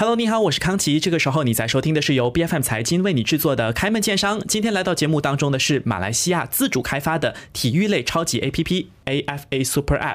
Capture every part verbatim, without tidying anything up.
Hello， 你好，我是康琪。这个时候你在收听的是由 B F M 财经为你制作的开门见商。今天来到节目当中的是马来西亚自主开发的体育类超级 A P P A F A Super App。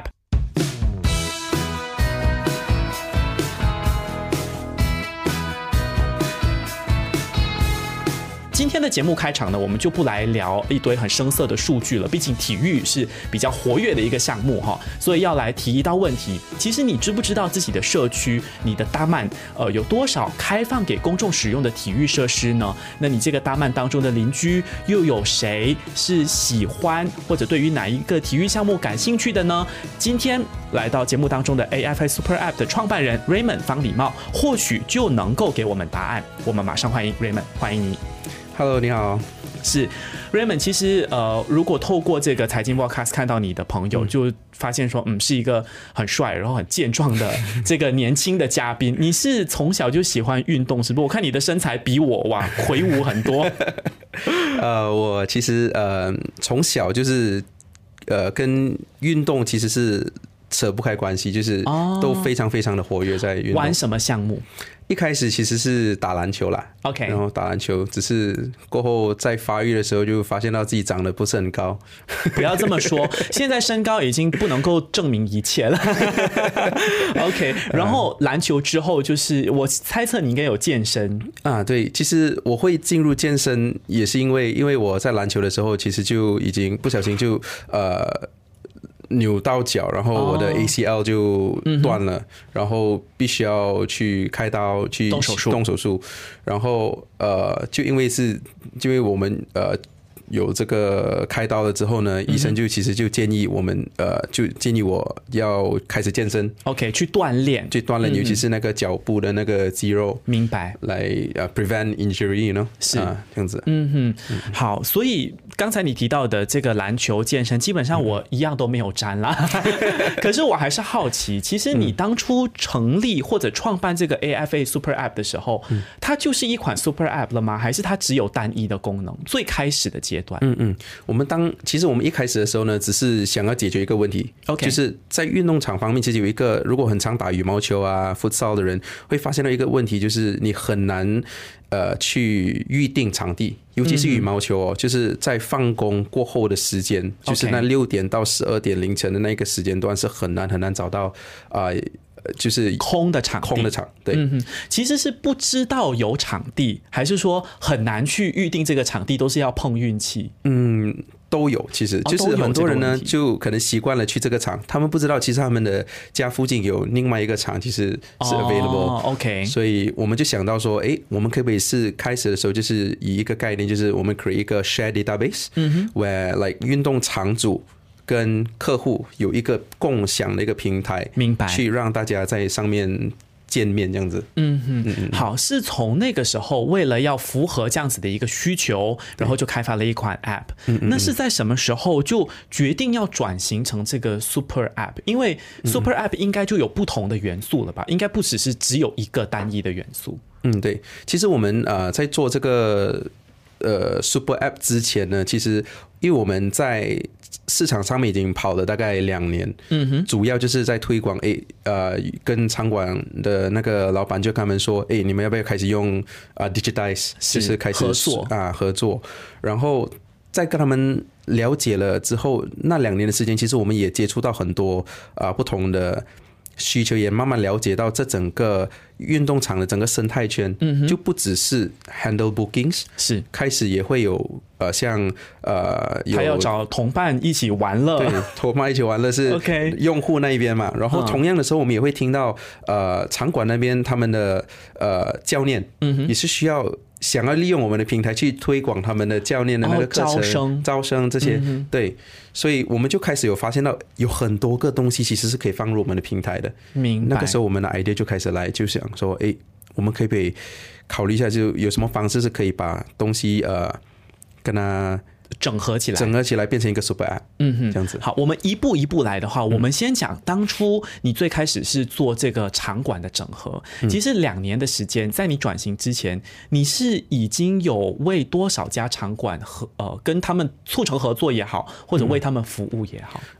今天的节目开场呢，我们就不来聊一堆很生涩的数据了，毕竟体育是比较活跃的一个项目哈，所以要来提一道问题。其实你知不知道自己的社区、你的达曼呃有多少开放给公众使用的体育设施呢？那你这个达曼当中的邻居又有谁是喜欢或者对于哪一个体育项目感兴趣的呢？今天来到节目当中的 A F A Super App 的创办人 Raymond 方礼茂，或许就能够给我们答案。我们马上欢迎 Raymond， 欢迎你。 Hello， 你好。 是 Raymond， 其实呃，如果透过这个财经 Podcast 看到你的朋友，就发现说，嗯，是一个很帅，然后很健壮的这个年轻的嘉宾。你是从小就喜欢运动，是不是？我看你的身材比我哇魁梧很多。 呃，我其实呃从小就是呃跟运动其实是扯不开关系，就是都非常非常的活跃在运动。 玩什么项目？ 一开始其实是打篮球啦 ，OK， 然后打篮球，只是过后在发育的时候就发现到自己长得不是很高。 不要这么说，现在身高已经不能够证明一切了。OK， 然后篮球之后就是我猜测你应该有健身啊，对，其实我会进入健身也是因为因为我在篮球的时候其实就已经不小心就呃。扭到脚，然后我的 A C L 就断了，哦嗯、然后必须要去开刀去动手术， 动手术，然后呃，就因为是，就因为我们呃。有这个开刀了之后呢，医生就其实就建议我们呃，就建议我要开始健身 ，OK， 去锻炼， 去锻炼，尤其是那个脚部的那个肌肉， 明白？ 来呃 prevent injury 呢， 是啊，这样子。 嗯哼，好，所以刚才你提到的这个篮球健身，基本上我一样都没有沾啦。可是我还是好奇，其实你当初成立或者创办这个 A F A Super App 的时候，它就是一款 Super App 了吗？还是它只有单一的功能？最开始的阶段。 嗯嗯，我们当其实我们一开始的时候呢，只是想要解决一个问题 ，OK， 就是在运动场方面，其实有一个如果很常打羽毛球啊、futsal 的人会发现到一个问题，就是你很难呃去预定场地，尤其是羽毛球哦，嗯、就是在放工过后的时间，就是那六点到十二点凌晨的那个时间段是很难很难找到啊。呃就是空的场地， 空的场，对， 嗯哼，其实是不知道有场地，还是说很难去预定这个场地，都是要碰运气？ 嗯，都有，其实、哦、就是很多人呢，就可能习惯了去这个场，他们不知道其实他们的家附近有另外一个场，其实是 available、 哦、OK， 所以我们就想到说，哎，我们可不可以是开始的时候就是以一个概念，就是我们 create 一个 share database， 嗯哼 ，where like 运动场主跟客户有一个共享的一个平台， 明白， 去让大家在上面见面这样子。 嗯哼，嗯嗯好，是从那个时候为了要符合这样子的一个需求，然后就开发了一款 App。嗯嗯，那是在什么时候就决定要转型成这个 Super App？ 因为 Super App 应该就有不同的元素了吧？应该不只是只有一个单一的元素。 嗯，对。其实我们呃在做这个呃 Super App 之前呢，其实因为我们在市场上面已经跑了大概两年，嗯哼，主要就是在推广，哎，呃，跟场馆的那个老板就跟他们说，哎，你们要不要开始用啊、呃、digitize， 就是开始合作啊合作，然后在跟他们了解了之后，那两年的时间，其实我们也接触到很多啊、呃、不同的需求，也慢慢了解到这整个运动场的整个生态圈，嗯、就不只是 handle bookings， 是开始也会有呃像呃有还要找同伴一起玩乐， 对，同伴一起玩乐是用户那一边嘛， okay， 然后同样的时候我们也会听到呃场馆那边他们的呃教练，嗯，也是需要想要利用我们的平台去推广他们的教练的那个课程、哦、招生、招生这些、嗯，对，所以我们就开始有发现到有很多个东西其实是可以放入我们的平台的。 明白。 那个时候我们的 idea 就开始来，就想说，哎，我们可不可以考虑一下，就有什么方式是可以把东西呃跟它整合起来， 整合起来变成一个 super app， 嗯哼，这样子。 好，我们一步一步来的话，我们先讲当初你最开始是做这个场馆的整合。嗯、其实两年的时间，在你转型之前，你是已经有为多少家场馆和呃跟他们促成合作也好，或者为他们服务也好？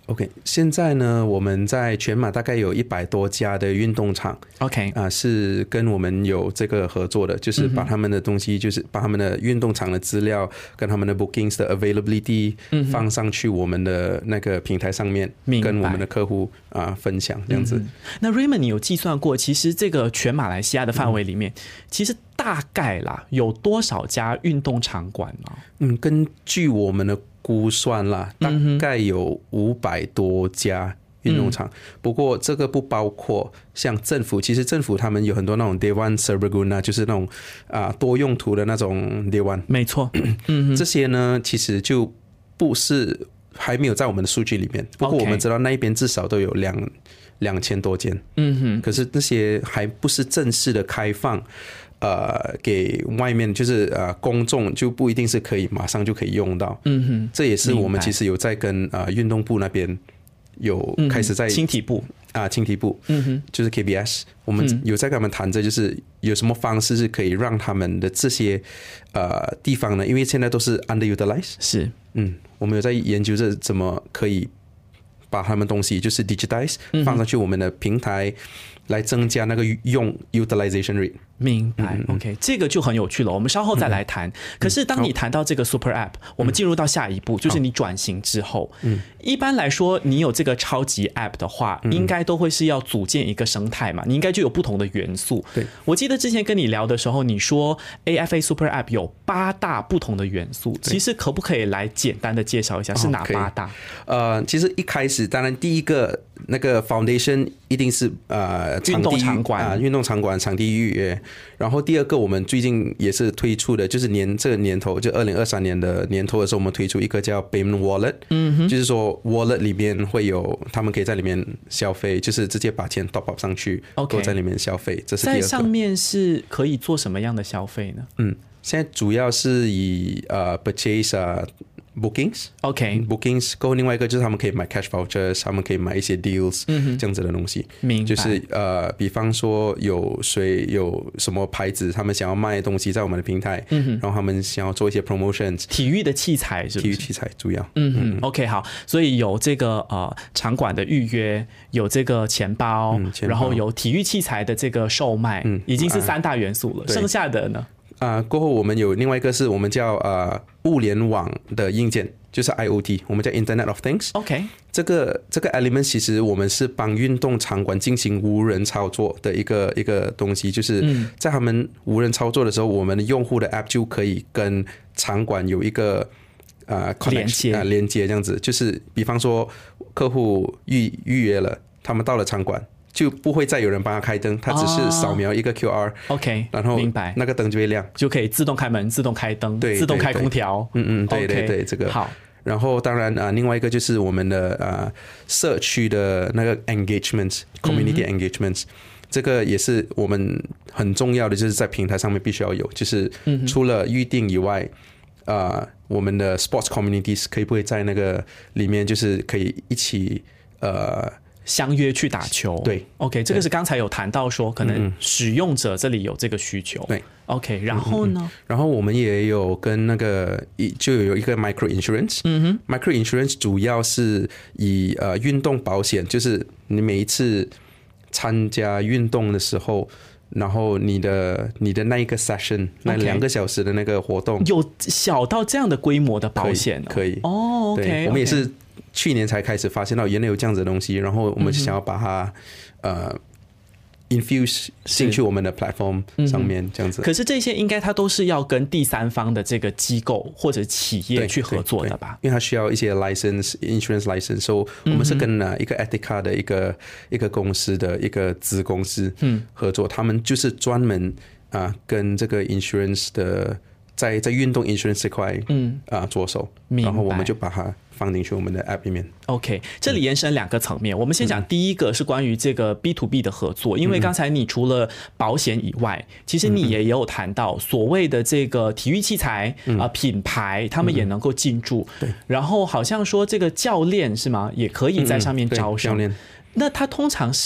OK， 现在呢，我们在全马大概有一百多家的运动场 ，OK 啊、呃，是跟我们有这个合作的，就是把他们的东西，就是把他们的运动场的资料跟他们的 bookings 的 availability 放上去我们的那个平台上面，跟我们的客户啊、呃、分享这样子。 嗯、那 Raymond， 你有计算过，其实这个全马来西亚的范围里面，嗯、其实大概啦有多少家运动场馆吗？ 嗯，根据我们的估算啦，大概有五百多家运动场、嗯、不过这个不包括像政府，其实政府他们有很多那种 Dewan Serbaguna， 就是那种、呃、多用途的那种 Dewan， 没错、嗯、 这些呢其实就不是还没有在我们的数据里面，不过我们知道那一边至少都有两两千多间，嗯哼，可是那些还不是正式的开放呃，给外面就是呃公众就不一定是可以马上就可以用到，嗯哼，这也是我们其实有在跟呃运动部那边有开始在青体部啊青体部，嗯哼，就是 K B S， 我们有在跟他们谈着，就是有什么方式是可以让他们的这些呃地方呢，因为现在都是 underutilized， 是， 嗯，我们有在研究着怎么可以把他们东西就是 digitize 放上去我们的平台，来增加那个用 utilization rate。 明白、嗯、OK， 这个就很有趣了，我们稍后再来谈、嗯、可是当你谈到这个 Super App、嗯、我们进入到下一步、嗯、就是你转型之后、嗯、一般来说你有这个超级 App 的话、嗯、应该都会是要组建一个生态嘛，你应该就有不同的元素。 对， 我记得之前跟你聊的时候你说 A F A Super App 有八大不同的元素，其实可不可以来简单的介绍一下是哪八大？ 呃，其实一开始当然第一个那个 foundation 一定是呃运动场馆啊，运动场馆场地预约。然后第二个我们最近也是推出的，就是年这个年头就二零二三年的年头的时候，我们推出一个叫 Payment Wallet， 嗯哼，就是说 Wallet 里面会有他们可以在里面消费，就是直接把钱 top up 上去， OK， 都在里面消费。这是第二个。 在上面是可以做什么样的消费呢？ 嗯，现在主要是以呃 purchase 啊。bookings OK bookings 过后另外一个就是他们可以买 cash vouchers， 他们可以买一些 deals、嗯、这样子的东西。 明白， 就是呃比方说有谁有什么牌子他们想要卖东西在我们的平台、嗯、然后他们想要做一些 promotions， 体育的器材是不是？ 体育器材主要。 嗯嗯 OK 好，所以有这个呃场馆的预约，有这个钱 包, 嗯、钱包然后有体育器材的这个售卖、嗯、已经是三大元素了、啊、剩下的呢啊、呃，过后我们有另外一个是我们叫呃物联网的硬件，就是 I O T， 我们叫 Internet of Things。OK， 这个这个 element 其实我们是帮运动场馆进行无人操作的一个一个东西，就是在他们无人操作的时候，我们的用户的 app 就可以跟场馆有一个呃连接啊、呃、连接这样子，就是比方说客户预预约了，他们到了场馆。就不会再有人帮他开灯，他只是扫描一个 Q R、oh, OK， 然后明白， 那个灯就会亮， 就可以自动开门、自动开灯、 对， 自动开空调。 嗯嗯，对对对， okay, 这个好。 然后当然啊、呃，另外一个就是我们的呃社区的那个 engagement、community engagement，、嗯、这个也是我们很重要的，就是在平台上面必须要有，就是除了预定以外。呃，我们的 sports communities 可以不可以在那个里面，就是可以一起呃。 相约去打球， 对 ，OK， 这个是刚才有谈到说，可能使用者这里有这个需求， 对 ，OK， 然后呢、嗯嗯？ 然后我们也有跟那个就有一个 micro insurance， 嗯哼 ，micro insurance 主要是以呃运动保险，就是你每一次参加运动的时候。然后你的你的那一个 session 那两个小时的那个活动， okay, 有小到这样的规模的保险、 哦、可以哦、oh, ，OK， 我们也是去年才开始发现到原来有这样子的东西，然后我们想要把它、嗯、呃 infuse 进去我们的 platform 上面、嗯、这样子。 可是这些应该它都是要跟第三方的这个机构或者企业去合作的吧？ 因为它需要一些 license insurance license， 所、so, 以我们是跟一个 Ethica 的一个一个公司的一个子公司合作，嗯、他们就是专门啊跟这个 insurance 的在在运动 insurance 这块嗯啊着手，然后我们就把它放进去我们的 app 里面。 OK， 这里延伸两个层面、嗯、我们先讲第一个是关于这个 B to B 的合作、嗯、因为刚才你除了保险以外、嗯、其实你也有谈到所谓的这个体育器材、嗯呃、品牌他们也能够进驻、嗯、然后好像说这个教练是吗也可以在上面招生、嗯、教练那他通常是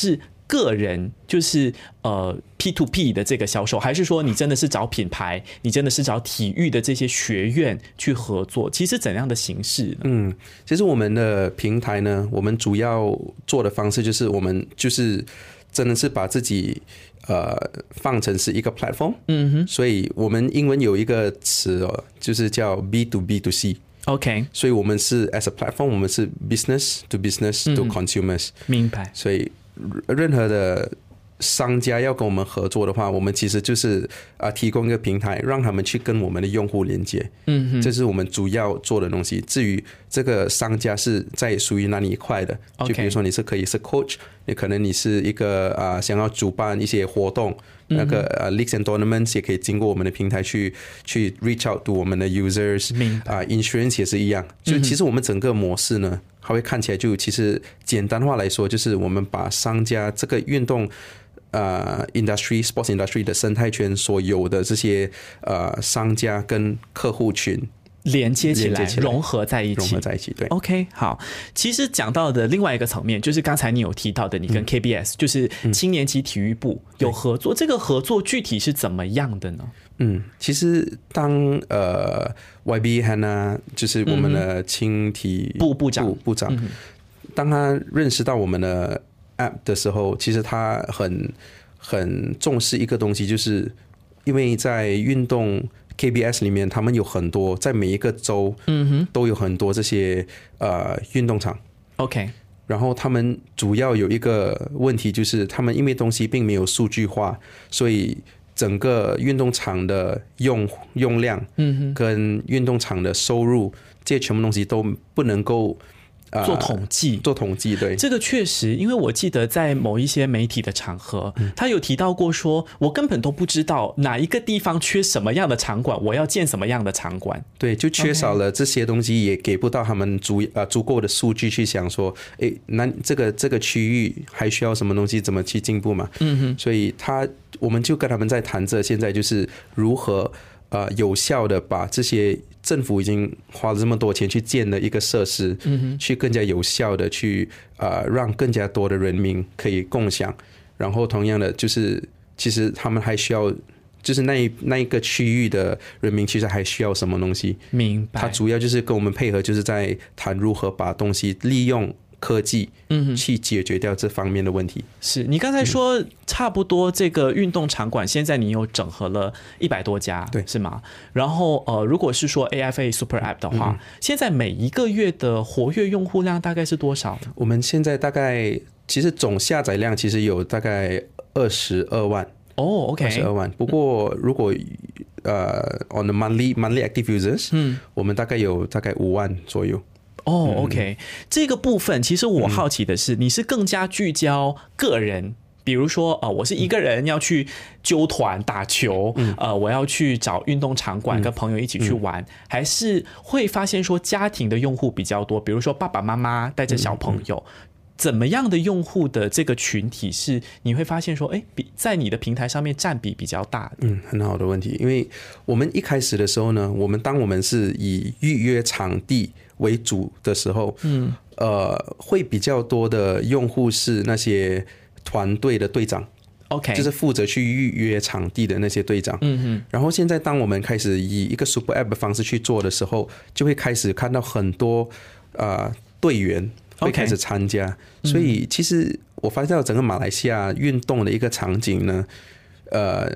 个人，就是呃 P to P 的这个销售，还是说你真的是找品牌，你真的是找体育的这些学院去合作？其实怎样的形式呢？ 嗯，其实我们的平台呢，我们主要做的方式就是我们就是真的是把自己呃放成是一个 platform， 嗯哼，所以我们英文有一个词哦，就是叫 B to B to C。OK， 所以我们是 as a platform， 我们是 business to business to consumers，嗯， 明白。 所以任何的商家要跟我们合作的话，我们其实就是啊、呃、提供一个平台，让他们去跟我们的用户连接。嗯哼，这是我们主要做的东西。至于这个商家是在属于哪里一块的， okay， 就比如说你是可以是 coach， 你可能你是一个啊、呃、想要主办一些活动。那个呃 leagues and tournaments 也可以经过我们的平台去去 reach out to 我们的 users， 啊、呃、，insurance 也是一样。就其实我们整个模式呢，它会看起来就其实简单化来说，就是我们把商家这个运动呃 industry sports industry 的生态圈所有的这些呃商家跟客户群。 连接起 来, 连接起来融合在一起， 融合在一起，对。 OK， 好。其实讲到的另外一个层面，就是刚才你有提到的，你跟 K B S，、嗯、就是青年级体育部有合作，这个合作具体是怎么样的呢？ 嗯，其实当呃 Y B Hannah 就是我们的青体部部长部长、嗯，当他认识到我们的 App 的时候，其实他很很重视一个东西，就是因为在运动。K B S 里面，他们有很多，在每一个州，嗯哼，都有很多这些呃运动场。 OK， 然后他们主要有一个问题，就是他们因为东西并没有数据化，所以整个运动场的用用量，嗯哼，跟运动场的收入，这些全部东西都不能够。 做统计、呃， 做统计，对， 这个确实，因为我记得在某一些媒体的场合，嗯、他有提到过说，我根本都不知道哪一个地方缺什么样的场馆，我要建什么样的场馆， 对，就缺少了这些东西，也给不到他们足呃足够的数据去想说，哎，那这个这个区域还需要什么东西，怎么去进步嘛？嗯哼，所以他我们就跟他们在谈着，现在就是如何呃有效的把这些。政府已经花了这么多钱去建了一个设施，嗯、去更加有效的去呃让更加多的人民可以共享。然后同样的，就是其实他们还需要，就是那一那一个区域的人民其实还需要什么东西？ 明白。 他主要就是跟我们配合，就是在谈如何把东西利用。科技，嗯，去解决掉这方面的问题。 是你刚才说，差不多这个运动场馆，现在你有整合了一百多家， 对， 是吗？然后呃，如果是说 A F A Super App 的话、嗯，现在每一个月的活跃用户量大概是多少？ 我们现在大概其实总下载量其实有大概二十二万。 哦 ，OK， 二十二万。不过如果呃 on the monthly monthly active users， 嗯，我们大概有大概五万左右。 哦、oh, ，OK， 这个部分其实我好奇的是，你是更加聚焦个人，比如说呃，我是一个人要去揪团打球，嗯、呃，我要去找运动场馆跟朋友一起去玩，嗯、还是会发现说家庭的用户比较多，比如说爸爸妈妈带着小朋友。嗯嗯怎么样的用户的这个群体是你会发现说，哎，比在你的平台上面占比比较大的？ 嗯，很好的问题，因为我们一开始的时候呢，我们当我们是以预约场地为主的时候，嗯，呃，会比较多的用户是那些团队的队长。 OK， 就是负责去预约场地的那些队长。嗯哼。然后现在当我们开始以一个 Super App 的方式去做的时候，就会开始看到很多呃队员会开始参加。Okay， 所以其实我发现到整个马来西亚运动的一个场景呢，呃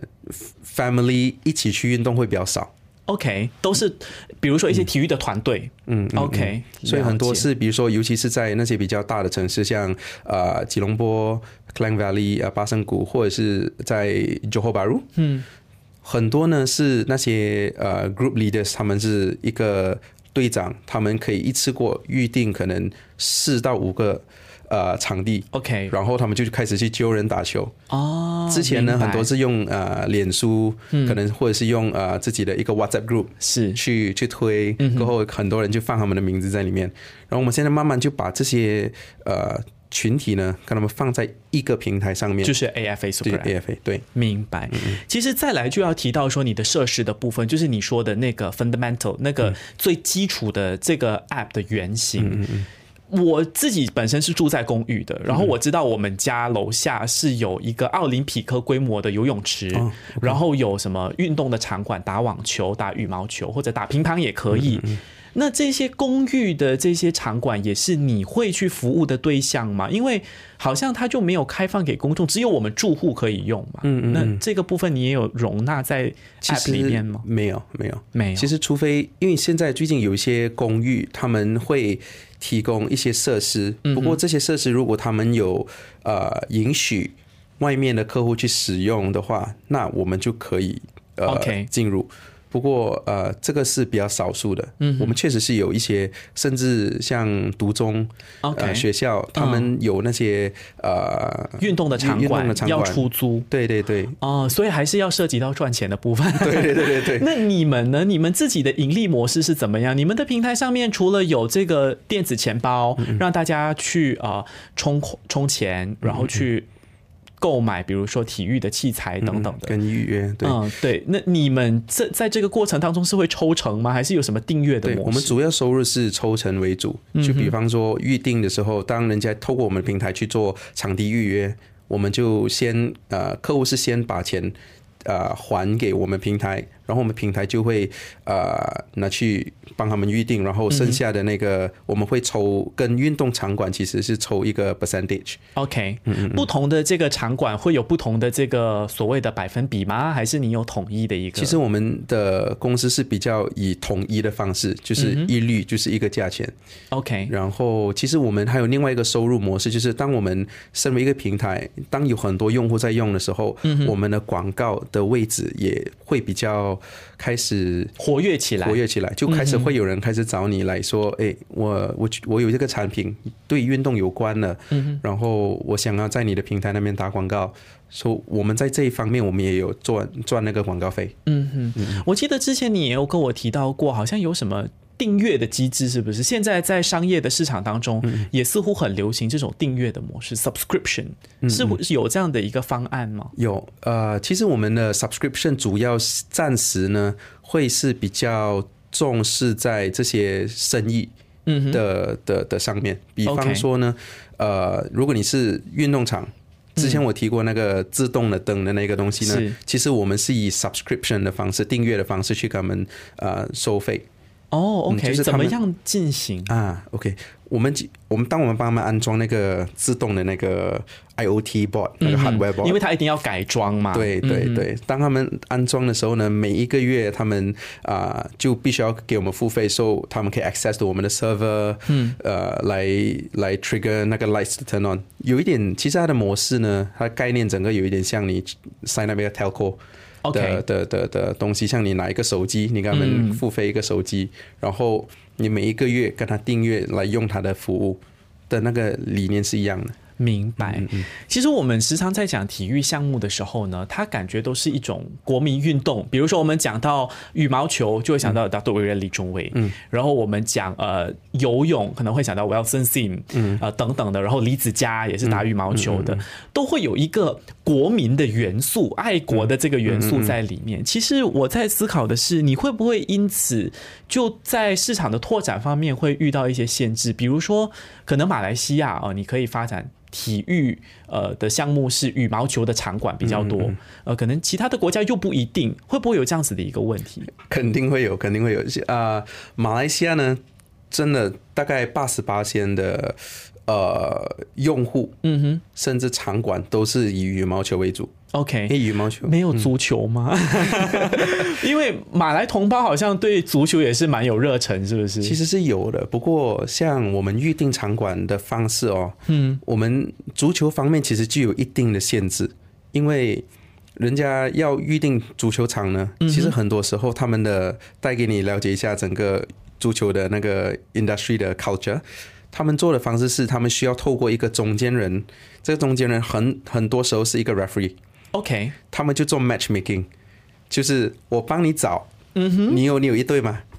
，family 一起去运动会比较少。 OK， 都是比如说一些体育的团队。嗯 ，OK， 所以很多是比如说，尤其是在那些比较大的城市，像呃吉隆坡、Klang Valley 啊、巴生谷，或者是在 Johor Bahru， 嗯，很多呢是那些呃 group leaders， 他们是一个队长，他们可以一次过预定可能四到五个呃场地 ，OK， 然后他们就开始去揪人打球。 哦， 之前呢很多是用呃脸书，嗯，可能或者是用呃自己的一个 WhatsApp group 是去去推，嗯，过后很多人就放他们的名字在里面。然后我们现在慢慢就把这些呃群体呢，跟他们放在一个平台上面， 就是 A F A Super App， A F A 对， 明白。嗯、其实再来就要提到说你的设施的部分，就是你说的那个 fundamental 那个最基础的这个 App 的原型。嗯嗯嗯我自己本身是住在公寓的，然后我知道我们家楼下是有一个奥林匹克规模的游泳池，哦 okay、然后有什么运动的场馆，打网球、打羽毛球或者打乒乓也可以。嗯嗯，那这些公寓的这些场馆也是你会去服务的对象吗？因为好像它就没有开放给公众，只有我们住户可以用嘛。嗯嗯，那这个部分你也有容纳在 App 里面吗？ 没有，没有， 没有。 其实除非因为现在最近有一些公寓，他们会提供一些设施，不过这些设施如果他们有呃允许外面的客户去使用的话，那我们就可以呃、okay. 进入。不过呃，这个是比较少数的。嗯，我们确实是有一些，甚至像读中、okay. 呃、学校，他们有那些、嗯、呃运动的场馆要出租。 对对对。 哦，所以还是要涉及到赚钱的部分。 对对对对对。 那你们呢？你们自己的盈利模式是怎么样？你们的平台上面除了有这个电子钱包，嗯、让大家去呃充充钱，然后去购买比如说体育的器材等等的、 嗯、跟预约。对、 嗯、对。那你们这在这个过程当中是会抽成吗？还是有什么订阅的模式？ 对，我们主要收入是抽成为主，就比方说预定的时候，当人家透过我们平台去做场地预约，我们就先呃客户是先把钱呃还给我们平台，然后我们平台就会呃拿去帮他们预定，然后剩下的那个我们会抽，跟运动场馆其实是抽一个 percentage。OK， 嗯嗯嗯，不同的这个场馆会有不同的这个所谓的百分比吗？还是你有统一的一个？ 其实我们的公司是比较以统一的方式，就是一律就是一个价钱。 OK， 然后其实我们还有另外一个收入模式，就是当我们身为一个平台，当有很多用户在用的时候，嗯、我们的广告的位置也会比较开始活跃起来， 活跃起来，就开始会有人开始找你来说，哎、欸，我我我有这个产品对运动有关的，嗯，然后我想要在你的平台那边打广告，说、so, 我们在这一方面我们也有赚赚那个广告费。 嗯哼，嗯，我记得之前你也有跟我提到过，好像有什么订阅的机制，是不是？现在在商业的市场当中，也似乎很流行这种订阅的模式 ，subscription， 是不是有这样的一个方案吗？ 有，呃，其实我们的 subscription 主要暂时呢，会是比较重视在这些生意的、嗯、的的上面，比方说呢， okay. 呃，如果你是运动场。之前我提过那个自动的灯的那个东西呢，嗯、其实我们是以 subscription 的方式、订阅的方式去给他们呃收费。 哦 ，OK，、嗯、就是怎么样进行啊 ？OK， 我们我们当我们帮他们安装那个自动的那个 I O T board、嗯、那个 hardware board， 因为它一定要改装嘛。 对对对、嗯，当他们安装的时候呢，每一个月他们啊、呃、就必须要给我们付费，所以他们可以 access 到我们的 server， 嗯，呃，来来 trigger 那个 lights to turn on。有一点，其实它的模式呢，它的概念整个有一点像你 sign up 一个 telco。的、okay. 的的的东西，像你拿一个手机，你给他们付费一个手机、嗯，然后你每一个月跟他订阅来用他的服务的那个理念是一样的。 明白、嗯嗯、其实我们时常在讲体育项目的时候呢，它感觉都是一种国民运动。比如说我们讲到羽毛球就会想到 Dato' Wei 李宗伟、嗯、然后我们讲呃游泳可能会想到 Wilson Sim、嗯呃、等等的，然后李子嘉也是打羽毛球的、嗯嗯嗯、都会有一个国民的元素，爱国的这个元素在里面、嗯嗯嗯、其实我在思考的是，你会不会因此就在市场的拓展方面会遇到一些限制？比如说可能马来西亚、呃、你可以发展体育呃的项目是羽毛球的场馆比较多，嗯嗯呃，可能其他的国家又不一定，会不会有这样子的一个问题？ 肯定会有，肯定会有。啊、呃，马来西亚呢，真的大概八十八%的呃用户，嗯哼，甚至场馆都是以羽毛球为主。 OK， 羽毛球没有足球吗？嗯、因为马来同胞好像对足球也是蛮有热忱，是不是？ 其实是有的，不过像我们预定场馆的方式哦，嗯，我们足球方面其实就有一定的限制，因为人家要预定足球场呢，嗯、其实很多时候他们的带给你了解一下整个足球的那个 industry 的 culture。他们做的方式是，他们需要透过一个中间人，这个中间人很很多时候是一个 referee。OK， 他们就做 matchmaking， 就是我帮你找，嗯哼，你有你有一队嘛，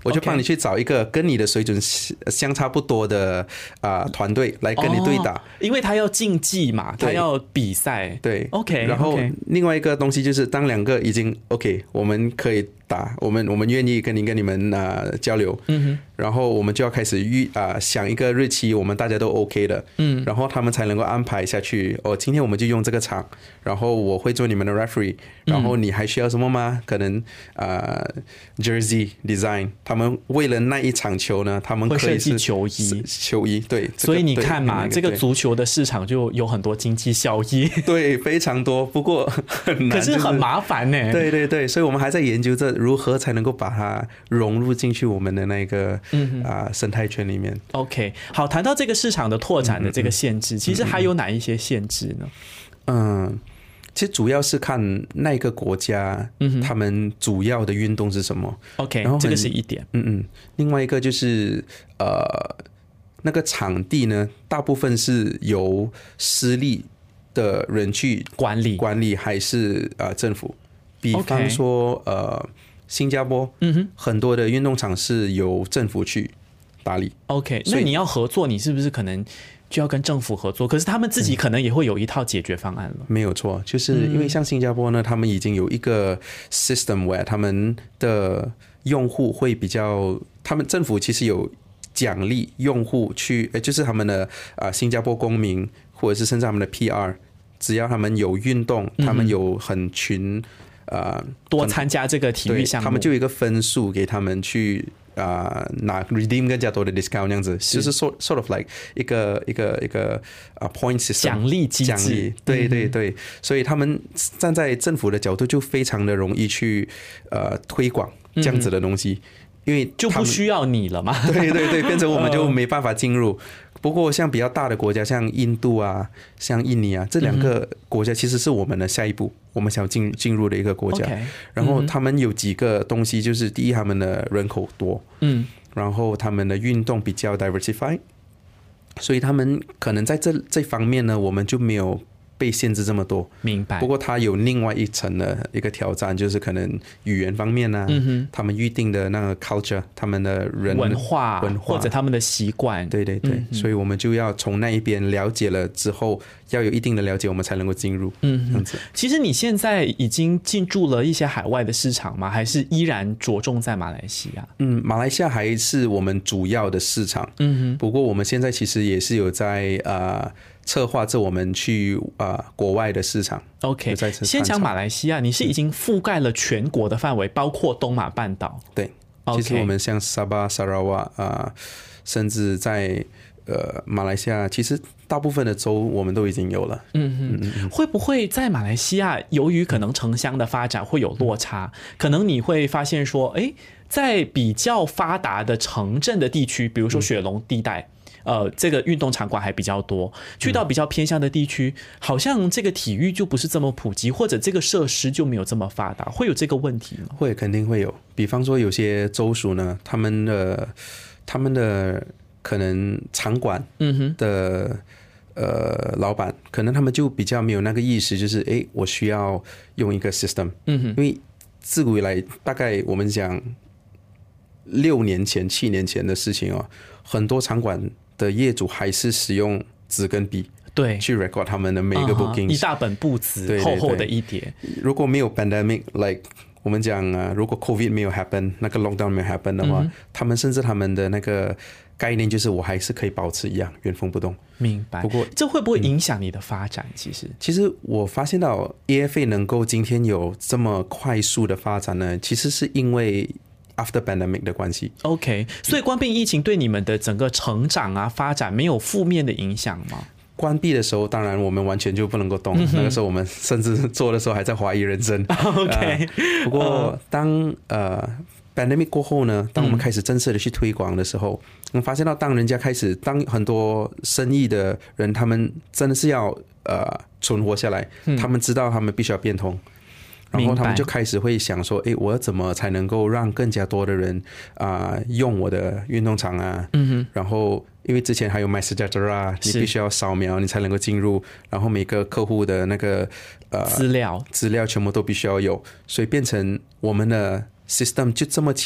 我就帮你去找一个跟你的水准相差不多的啊、呃、团队来跟你对打、哦， 因为他要竞技嘛，他要比赛。 对 ，OK。 然后另外一个东西就是，当两个已经 OK， 我们可以打，我们我们愿意跟你跟你们啊、呃、交流，嗯哼，然后我们就要开始预啊、呃、想一个日期，我们大家都 OK 的，嗯，然后他们才能够安排下去。哦，今天我们就用这个场，然后我会做你们的 referee， 然后你还需要什么吗？可能啊、呃、jersey design， 他们为了那一场球呢，他们可以设计球衣， 球衣对， 所以你看嘛，这个足球的市场就有很多经济效益， 对，非常多，不过很难， 可是很麻烦呢、欸。 对对对，所以我们还在研究这如何才能够把它融入进去我们的那个啊、嗯呃、生态圈里面。 OK， 好，谈到这个市场的拓展的这个限制，嗯嗯嗯其实还有哪一些限制呢？ 嗯，其实主要是看那个国家，嗯，他们主要的运动是什么。 OK， 然后这个是一点。 嗯嗯，另外一个就是呃，那个场地呢，大部分是由私立的人去管理， 管理还是呃政府？比方说、okay. 呃，新加坡，嗯哼，很多的运动场是由政府去打理。 OK， 那你要合作，你是不是可能就要跟政府合作？可是他们自己可能也会有一套解决方案了。 嗯、没有错，就是因为像新加坡呢，他们已经有一个 system where 他们的用户会比较，他们政府其实有奖励用户去，就是他们的啊、呃、新加坡公民或者是甚至他们的 P R， 只要他们有运动，他们有很群。呃， 多参加这个体育项目， 他们就有一个分数给他们去啊、呃、拿 redeem 更加多的 discount 那样子，是就是 sort sort of like 一个一个一个啊、uh, point system 奖励机制，奖励， 对对对、嗯，所以他们站在政府的角度就非常的容易去呃推广这样子的东西，嗯、因为就不需要你了嘛， 对对对，变成我们就没办法进入。不过像比较大的国家，像印度啊、像印尼啊，这两个国家其实是我们的下一步，我们想进进入的一个国家。Okay, 然后他们有几个东西，就是第一，他们的人口多，嗯，然后他们的运动比较 diversify， 所以他们可能在这这方面呢，我们就没有被限制这么多。 明白。 不过它有另外一层的一个挑战，就是可能语言方面啊，嗯、他们预定的那个 culture， 他们的人文化文化或者他们的习惯， 对对对、嗯，所以我们就要从那一边了解了之后，要有一定的了解，我们才能够进入。嗯，这样子。 其实你现在已经进驻了一些海外的市场吗？还是依然着重在马来西亚？ 嗯，马来西亚还是我们主要的市场。嗯哼。不过我们现在其实也是有在呃。策划着我们去啊、呃、国外的市场。 OK， 先讲马来西亚，你是已经覆盖了全国的范围，包括东马半岛。 对， okay. 其实我们像沙巴、沙拉瓦啊，甚至在呃马来西亚，其实大部分的州我们都已经有了。 嗯嗯嗯。会不会在马来西亚，由于可能城乡的发展会有落差，嗯、可能你会发现说，哎，在比较发达的城镇的地区，比如说雪隆地带。嗯呃，这个运动场馆还比较多，去到比较偏向的地区、嗯，好像这个体育就不是这么普及，或者这个设施就没有这么发达，会有这个问题吗？ 会，肯定会有。比方说，有些州属呢，他们的他们的可能场馆的、嗯、呃老板，可能他们就比较没有那个意识，就是哎，我需要用一个 system， 嗯哼，因为自古以来，大概我们讲六年前、七年前的事情哦，很多场馆的业主还是使用纸跟笔， 对， 去 record 他们的每一个 booking，、uh-huh, 一大本簿子，对对对，厚厚的一叠。 如果没有 pandemic， like 我们讲啊，如果 COVID 没有 happen， 那个 lockdown 没有 happen 的话、嗯，他们甚至他们的那个概念就是我还是可以保持一样原封不动。 明白。不过这会不会影响你的发展？其实， 其实我发现到 A F A 能够今天有这么快速的发展呢，其实是因为After pandemic 的关系 ，OK， 所以关闭疫情对你们的整个成长啊、发展没有负面的影响吗？ 关闭的时候，当然我们完全就不能够动、嗯、那个时候我们甚至做的时候还在怀疑人生。 OK，、 呃、不过当呃 pandemic 过后呢，当我们开始正式的去推广的时候，我们发现到当人家开始，当很多生意的人，他们真的是要呃存活下来、嗯，他们知道他们必须要变通。然后他们就开始会想说，哎，我要怎么才能够让更加多的人啊、呃、用我的运动场啊？嗯哼。然后因为之前还有 MySejahtera， 你必须要扫描你才能够进入，然后每个客户的那个呃资料资料全部都必须要有，所以变成我们的 system 就这么巧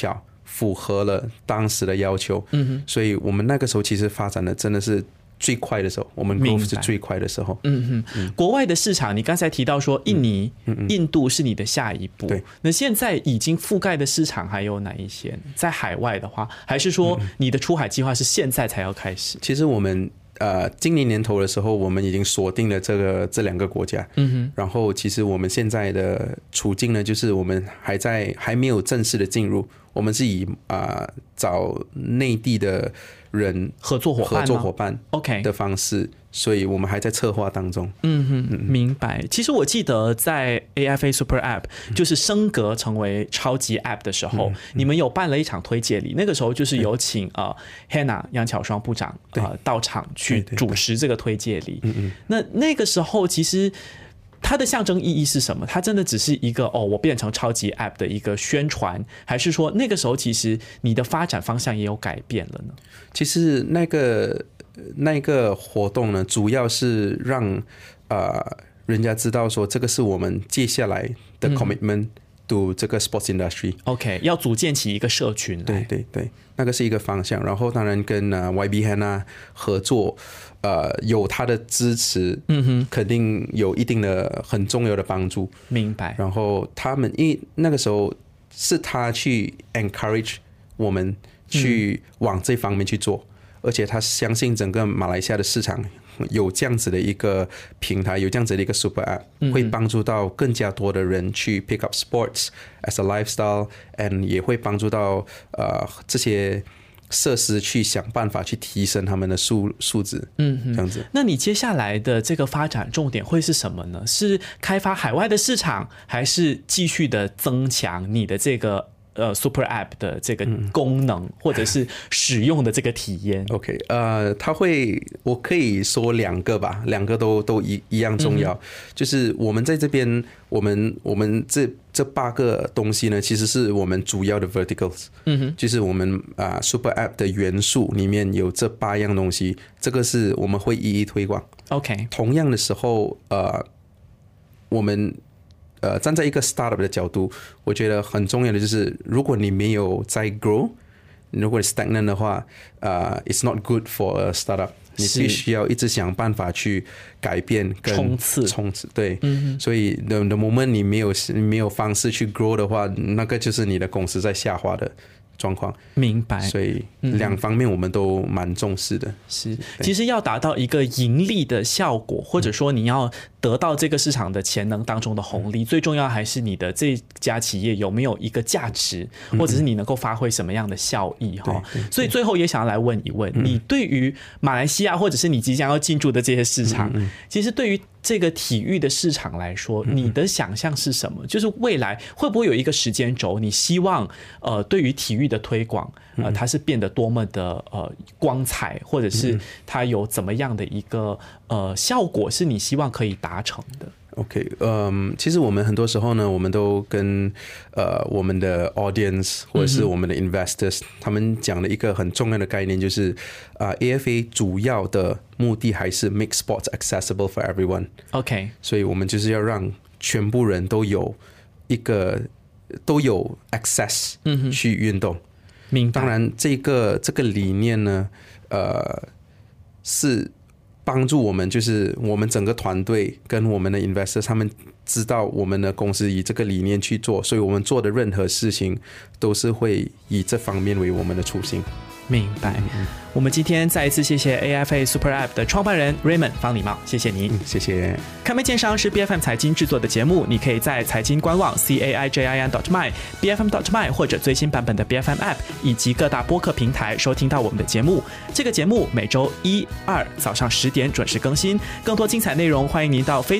符合了当时的要求，嗯哼，所以我们那个时候其实发展的真的是最快的时候，我们 growth 是最快的时候。 嗯哼，嗯，国外的市场，你刚才提到说印尼、嗯嗯、印度是你的下一步， 对。 那现在已经覆盖的市场还有哪一些？在海外的话，还是说你的出海计划是现在才要开始？ 其实我们呃今年年头的时候，我们已经锁定了这个这两个国家，嗯哼。然后其实我们现在的处境呢，就是我们还在还没有正式的进入，我们是以啊、呃、找内地的人合作伙伴合作伙伴 OK 的方式，所以我们还在策划当中。 嗯哼，嗯明白。其实我记得在 A F A Super App 就是升格成为超级 App 的时候，嗯、你们有办了一场推介礼，那个时候就是有请呃 Hannah 杨巧双部长呃到场去主持这个推介礼。嗯嗯。那那个时候其实它的象征意义是什么？它真的只是一个哦，我变成超级 App 的一个宣传，还是说那个时候其实你的发展方向也有改变了呢？ 其实那个那个活动呢，主要是让呃人家知道说，这个是我们接下来的 commitment to 这个 sports industry。OK， 要组建起一个社群来。 对对对，那个是一个方向。然后当然跟呃 Y B Hannah 合作。呃，有他的支持，嗯哼，肯定有一定的很重要的帮助。 明白。 然后他们因为那个时候是他去 encourage 我们去往这方面去做，嗯、而且他相信整个马来西亚的市场有这样子的一个平台，有这样子的一个 super app，、嗯、会帮助到更加多的人去 pick up sports as a lifestyle，and 也会帮助到呃这些。设施去想办法去提升他们的素素质，嗯，这样子。 那你接下来的这个发展重点会是什么呢？是开发海外的市场，还是继续的增强你的这个呃 Super App 的这个功能，嗯、或者是使用的这个体验 ？OK， 呃，它会，我可以说两个吧，两个都都一一样重要。嗯、就是我们在这边，我们我们这。这八个东西呢，其实是我们主要的 verticals， 嗯哼，就是我们啊、呃、Super App 的元素里面有这八样东西，这个是我们会一一推广。 OK， 同样的时候，呃，我们呃站在一个 startup 的角度，我觉得很重要的就是，如果你没有在 grow， 如果你 stagnant 的话，呃 ，it's not good for a startup。你必须要一直想办法去改变跟冲刺， 冲刺对，嗯、所以 the the moment 你没有没有方式去 grow 的话，那个就是你的公司在下滑的状况。 明白。 所以两方面我们都蛮重视的。 是，其实要达到一个盈利的效果，或者说你要得到这个市场的潜能当中的红利，嗯、最重要还是你的这家企业有没有一个价值，或者是你能够发挥什么样的效益哈。所以最后也想要来问一问，嗯、你对于马来西亚或者是你即将要进驻的这些市场，嗯嗯、其实对于这个体育的市场来说，你的想象是什么？就是未来会不会有一个时间轴，你希望呃对于体育的推广，呃它是变得多么的呃光彩，或者是它有怎么样的一个呃效果是你希望可以达成的 ？OK， 嗯，其实我们很多时候呢，我们都跟呃我们的 audience 或者是我们的 investors，、嗯、他们讲了一个很重要的概念，就是啊、呃、A F A 主要的目的还是 make sports accessible for everyone。OK， 所以我们就是要让全部人都有一个都有 access 去运动。 明白。 当然，这个这个理念呢，呃，是。帮助我们就是我们整个团队跟我们的 investor， 他们知道我们的公司以这个理念去做，所以我们做的任何事情都是会以这方面为我们的初心。 明白。嗯、我们今天再一次谢谢 A F A Super App 的创办人 Raymond 方礼茂，谢谢你。 嗯、谢谢。 看媒见商是 B F M 财经制作的节目，你可以在财经官网 c a i j i n dot m y b f m dot m y 或者最新版本的 B F M App 以及各大播客平台收听到我们的节目。这个节目每周一、二早上十点准时更新。更多精彩内容，欢迎您到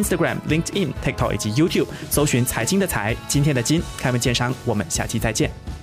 Facebook、Instagram、LinkedIn、TikTok 以及 YouTube 搜寻财经的财，今天的金，看媒见商，我们下期再见。